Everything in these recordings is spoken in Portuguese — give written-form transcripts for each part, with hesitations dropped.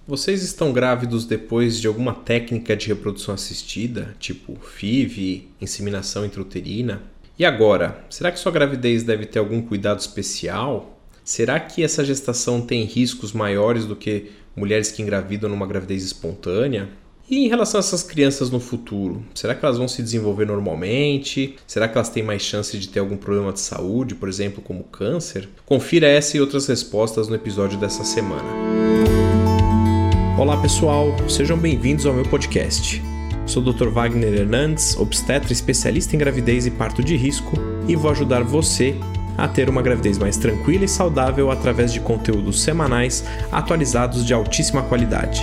Vocês estão grávidos depois de alguma técnica de reprodução assistida, tipo FIV, inseminação intrauterina? E agora, será que sua gravidez deve ter algum cuidado especial? Será que essa gestação tem riscos maiores do que mulheres que engravidam numa gravidez espontânea? E em relação a essas crianças no futuro, será que elas vão se desenvolver normalmente? Será que elas têm mais chance de ter algum problema de saúde, por exemplo, como câncer? Confira essa e outras respostas no episódio dessa semana. Olá pessoal, sejam bem-vindos ao meu podcast. Sou o Dr. Wagner Hernandes, obstetra especialista em gravidez e parto de risco e vou ajudar você a ter uma gravidez mais tranquila e saudável através de conteúdos semanais atualizados de altíssima qualidade.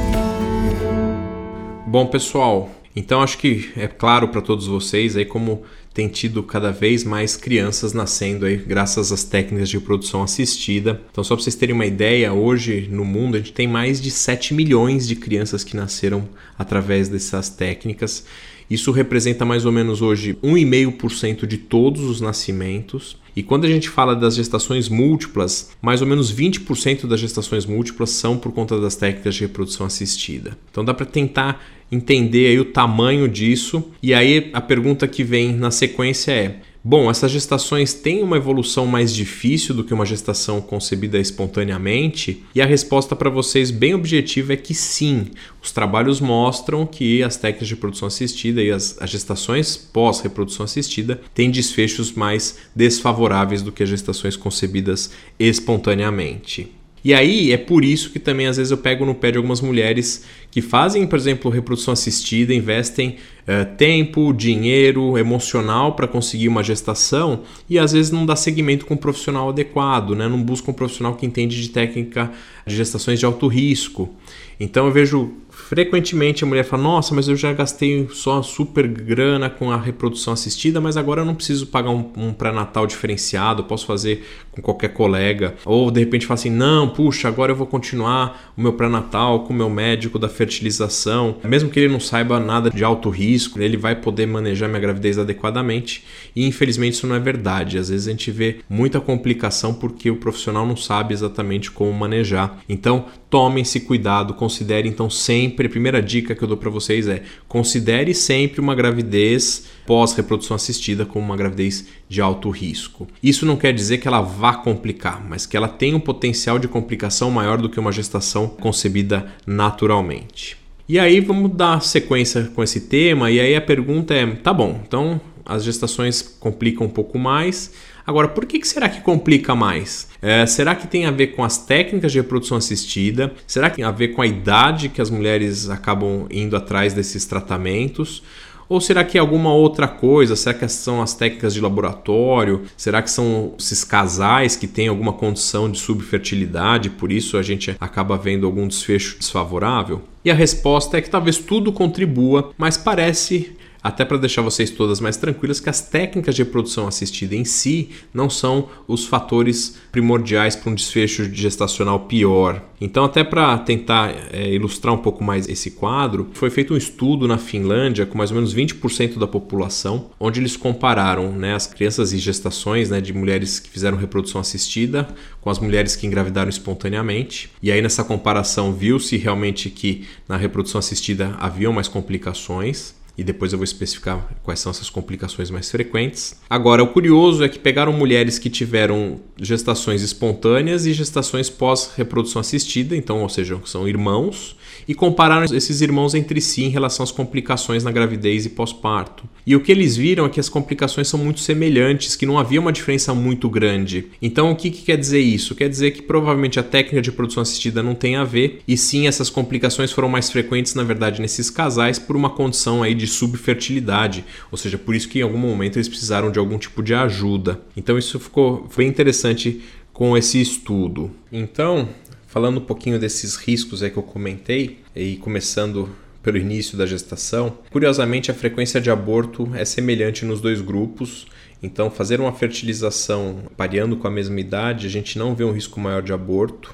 Bom pessoal, então acho que é claro para todos vocês aí como tem tido cada vez mais crianças nascendo aí graças às técnicas de reprodução assistida. Então só para vocês terem uma ideia, hoje no mundo a gente tem mais de 7 milhões de crianças que nasceram através dessas técnicas. Isso representa mais ou menos hoje 1,5% de todos os nascimentos. E quando a gente fala das gestações múltiplas, mais ou menos 20% das gestações múltiplas são por conta das técnicas de reprodução assistida. Então dá para tentar entender aí o tamanho disso. E aí a pergunta que vem na sequência é: bom, essas gestações têm uma evolução mais difícil do que uma gestação concebida espontaneamente? E a resposta para vocês bem objetiva é que sim. Os trabalhos mostram que as técnicas de reprodução assistida e as gestações pós-reprodução assistida têm desfechos mais desfavoráveis do que as gestações concebidas espontaneamente. E aí é por isso que também às vezes eu pego no pé de algumas mulheres que fazem, por exemplo, reprodução assistida, investem tempo, dinheiro, emocional para conseguir uma gestação e às vezes não dá seguimento com um profissional adequado, né? Não busca um profissional que entende de técnica de gestações de alto risco. Então eu vejo frequentemente a mulher fala: nossa, mas eu já gastei só uma super grana com a reprodução assistida, mas agora eu não preciso pagar um pré-natal diferenciado, eu posso fazer com qualquer colega. Ou de repente fala assim: não, puxa, agora eu vou continuar o meu pré-natal com o meu médico da fertilização. Mesmo que ele não saiba nada de alto risco, ele vai poder manejar minha gravidez adequadamente. E infelizmente isso não é verdade. Às vezes a gente vê muita complicação porque o profissional não sabe exatamente como manejar. Então tomem esse cuidado, considere então sempre, a primeira dica que eu dou para vocês é: considere sempre uma gravidez pós-reprodução assistida como uma gravidez de alto risco. Isso não quer dizer que ela vá complicar, mas que ela tem um potencial de complicação maior do que uma gestação concebida naturalmente. E aí vamos dar sequência com esse tema, e aí a pergunta é: tá bom, então as gestações complicam um pouco mais. Agora, por que será que complica mais? Será que tem a ver com as técnicas de reprodução assistida? Será que tem a ver com a idade que as mulheres acabam indo atrás desses tratamentos? Ou será que é alguma outra coisa? Será que são as técnicas de laboratório? Será que são esses casais que têm alguma condição de subfertilidade? Por isso a gente acaba vendo algum desfecho desfavorável? E a resposta é que talvez tudo contribua, mas parece, até para deixar vocês todas mais tranquilas, que as técnicas de reprodução assistida em si não são os fatores primordiais para um desfecho gestacional pior. Então, até para tentar ilustrar um pouco mais esse quadro, foi feito um estudo na Finlândia com mais ou menos 20% da população, onde eles compararam, as crianças e gestações, de mulheres que fizeram reprodução assistida com as mulheres que engravidaram espontaneamente. E aí nessa comparação viu-se realmente que na reprodução assistida haviam mais complicações. E depois eu vou especificar quais são essas complicações mais frequentes. Agora, o curioso é que pegaram mulheres que tiveram gestações espontâneas e gestações pós-reprodução assistida, então, ou seja, são irmãos, e compararam esses irmãos entre si em relação às complicações na gravidez e pós-parto. E o que eles viram é que as complicações são muito semelhantes, que não havia uma diferença muito grande. Então, o que quer dizer isso? Quer dizer que provavelmente a técnica de reprodução assistida não tem a ver, e sim essas complicações foram mais frequentes, na verdade, nesses casais por uma condição aí de subfertilidade, ou seja, por isso que em algum momento eles precisaram de algum tipo de ajuda. Então isso ficou bem interessante com esse estudo. Então, falando um pouquinho desses riscos que eu comentei, e começando pelo início da gestação, curiosamente a frequência de aborto é semelhante nos dois grupos. Então, fazer uma fertilização pareando com a mesma idade, a gente não vê um risco maior de aborto.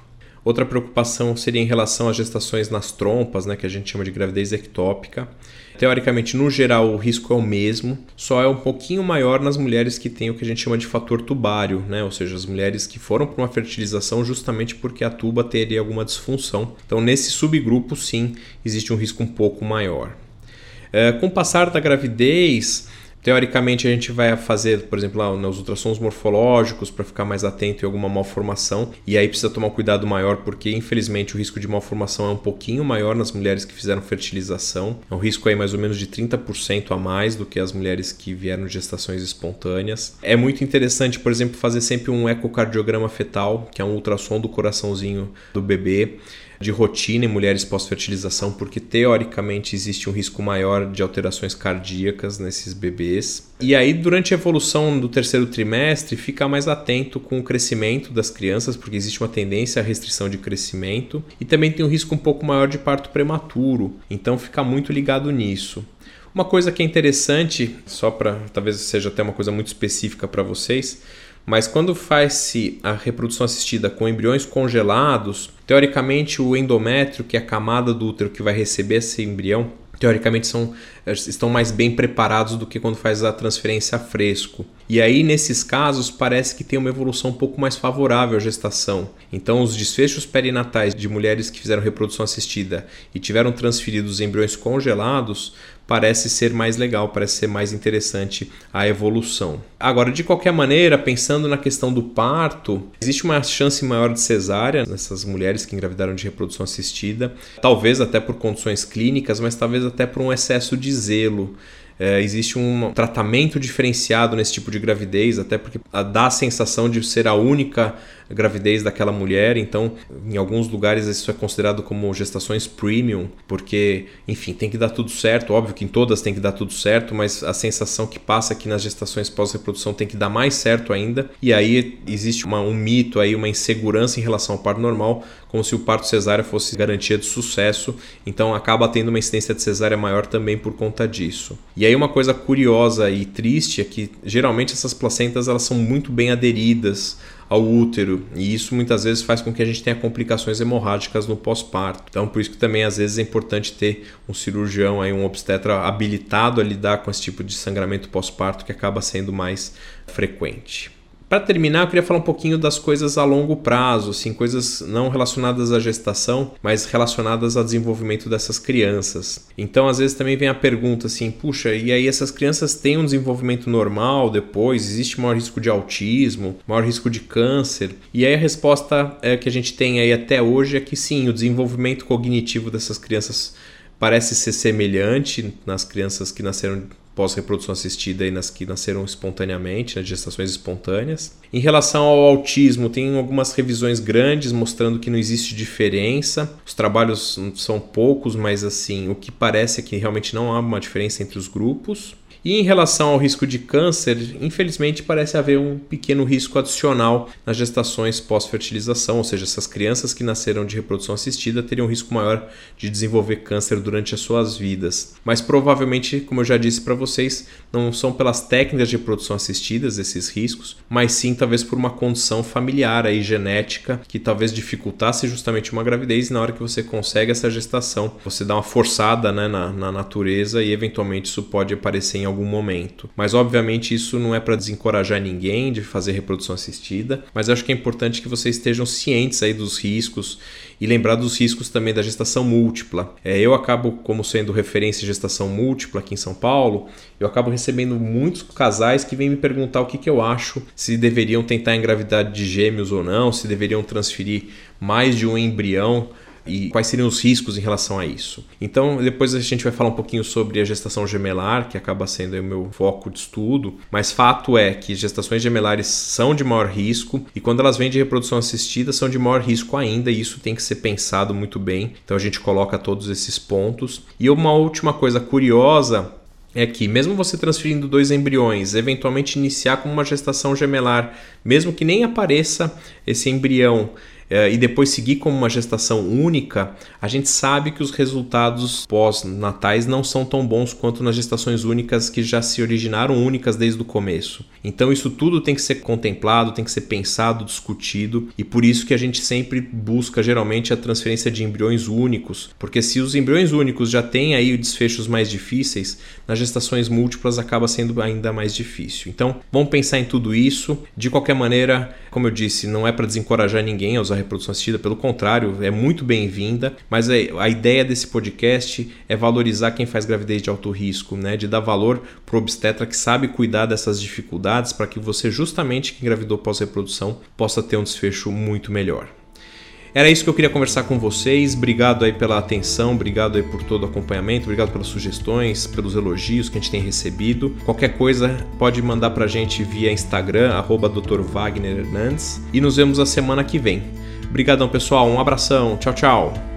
Outra preocupação seria em relação às gestações nas trompas, né, que a gente chama de gravidez ectópica. Teoricamente, no geral, o risco é o mesmo, só é um pouquinho maior nas mulheres que têm o que a gente chama de fator tubário, né? Ou seja, as mulheres que foram para uma fertilização justamente porque a tuba teria alguma disfunção. Então, nesse subgrupo, sim, existe um risco um pouco maior. Com o passar da gravidez, teoricamente a gente vai fazer, por exemplo, lá nos ultrassons morfológicos para ficar mais atento em alguma malformação, e aí precisa tomar um cuidado maior porque infelizmente o risco de malformação é um pouquinho maior nas mulheres que fizeram fertilização. É um risco aí mais ou menos de 30% a mais do que as mulheres que vieram de gestações espontâneas. É muito interessante, por exemplo, fazer sempre um ecocardiograma fetal, que é um ultrassom do coraçãozinho do bebê, de rotina em mulheres pós-fertilização, porque teoricamente existe um risco maior de alterações cardíacas nesses bebês. E aí, durante a evolução do terceiro trimestre, fica mais atento com o crescimento das crianças, porque existe uma tendência à restrição de crescimento, e também tem um risco um pouco maior de parto prematuro, então fica muito ligado nisso. Uma coisa que é interessante, só para talvez seja até uma coisa muito específica para vocês, mas quando faz-se a reprodução assistida com embriões congelados, teoricamente o endométrio, que é a camada do útero que vai receber esse embrião, teoricamente estão mais bem preparados do que quando faz a transferência a fresco. E aí, nesses casos, parece que tem uma evolução um pouco mais favorável à gestação. Então, os desfechos perinatais de mulheres que fizeram reprodução assistida e tiveram transferidos embriões congelados parece ser mais legal, parece ser mais interessante a evolução. Agora, de qualquer maneira, pensando na questão do parto, existe uma chance maior de cesárea nessas mulheres que engravidaram de reprodução assistida, talvez até por condições clínicas, mas talvez até por um excesso de zelo. Existe um tratamento diferenciado nesse tipo de gravidez, até porque dá a sensação de ser a única gravidez daquela mulher. Então, em alguns lugares isso é considerado como gestações premium, porque, enfim, tem que dar tudo certo. Óbvio que em todas tem que dar tudo certo, mas a sensação que passa aqui nas gestações pós-reprodução tem que dar mais certo ainda. E aí existe um mito, aí, uma insegurança em relação ao parto normal, como se o parto cesárea fosse garantia de sucesso. Então acaba tendo uma incidência de cesárea maior também por conta disso. E aí uma coisa curiosa e triste é que geralmente essas placentas elas são muito bem aderidas ao útero, e isso muitas vezes faz com que a gente tenha complicações hemorrágicas no pós-parto. Então por isso que também às vezes é importante ter um cirurgião, aí, um obstetra habilitado a lidar com esse tipo de sangramento pós-parto que acaba sendo mais frequente. Para terminar, eu queria falar um pouquinho das coisas a longo prazo, assim, coisas não relacionadas à gestação, mas relacionadas ao desenvolvimento dessas crianças. Então, às vezes também vem a pergunta assim, puxa, e aí essas crianças têm um desenvolvimento normal depois? Existe maior risco de autismo, maior risco de câncer? E aí a resposta que a gente tem aí até hoje é que sim, o desenvolvimento cognitivo dessas crianças parece ser semelhante nas crianças que nasceram pós-reprodução assistida e nas que nasceram espontaneamente, nas gestações espontâneas. Em relação ao autismo, tem algumas revisões grandes mostrando que não existe diferença. Os trabalhos são poucos, mas assim, o que parece é que realmente não há uma diferença entre os grupos. E em relação ao risco de câncer, infelizmente parece haver um pequeno risco adicional nas gestações pós-fertilização, ou seja, essas crianças que nasceram de reprodução assistida teriam um risco maior de desenvolver câncer durante as suas vidas. Mas provavelmente, como eu já disse para vocês, não são pelas técnicas de reprodução assistidas esses riscos, mas sim talvez por uma condição familiar aí, genética, que talvez dificultasse justamente uma gravidez, e na hora que você consegue essa gestação, você dá uma forçada, né, na natureza, e eventualmente isso pode aparecer em algum momento. Mas obviamente isso não é para desencorajar ninguém de fazer reprodução assistida, mas acho que é importante que vocês estejam cientes aí dos riscos e lembrar dos riscos também da gestação múltipla. Eu acabo, como sendo referência em gestação múltipla aqui em São Paulo, eu acabo recebendo muitos casais que vêm me perguntar o que eu acho, se deveriam tentar engravidar de gêmeos ou não, se deveriam transferir mais de um embrião e quais seriam os riscos em relação a isso. Então, depois a gente vai falar um pouquinho sobre a gestação gemelar, que acaba sendo o meu foco de estudo, mas fato é que gestações gemelares são de maior risco e quando elas vêm de reprodução assistida são de maior risco ainda, e isso tem que ser pensado muito bem. Então a gente coloca todos esses pontos. E uma última coisa curiosa é que mesmo você transferindo 2 embriões, eventualmente iniciar com uma gestação gemelar, mesmo que nem apareça esse embrião e depois seguir como uma gestação única, a gente sabe que os resultados pós-natais não são tão bons quanto nas gestações únicas que já se originaram únicas desde o começo. Então isso tudo tem que ser contemplado, tem que ser pensado, discutido, e por isso que a gente sempre busca geralmente a transferência de embriões únicos, porque se os embriões únicos já têm aí desfechos mais difíceis, nas gestações múltiplas acaba sendo ainda mais difícil. Então vamos pensar em tudo isso. De qualquer maneira, como eu disse, não é para desencorajar ninguém a usar a reprodução assistida, pelo contrário, é muito bem-vinda, mas a ideia desse podcast é valorizar quem faz gravidez de alto risco, né? De dar valor para o obstetra que sabe cuidar dessas dificuldades para que você, justamente que engravidou pós-reprodução, possa ter um desfecho muito melhor. Era isso que eu queria conversar com vocês. Obrigado aí pela atenção, obrigado aí por todo o acompanhamento, obrigado pelas sugestões, pelos elogios que a gente tem recebido. Qualquer coisa pode mandar pra gente via Instagram, @Dr. Wagner Hernandes, e nos vemos a semana que vem. Obrigadão, pessoal. Um abração. Tchau, tchau.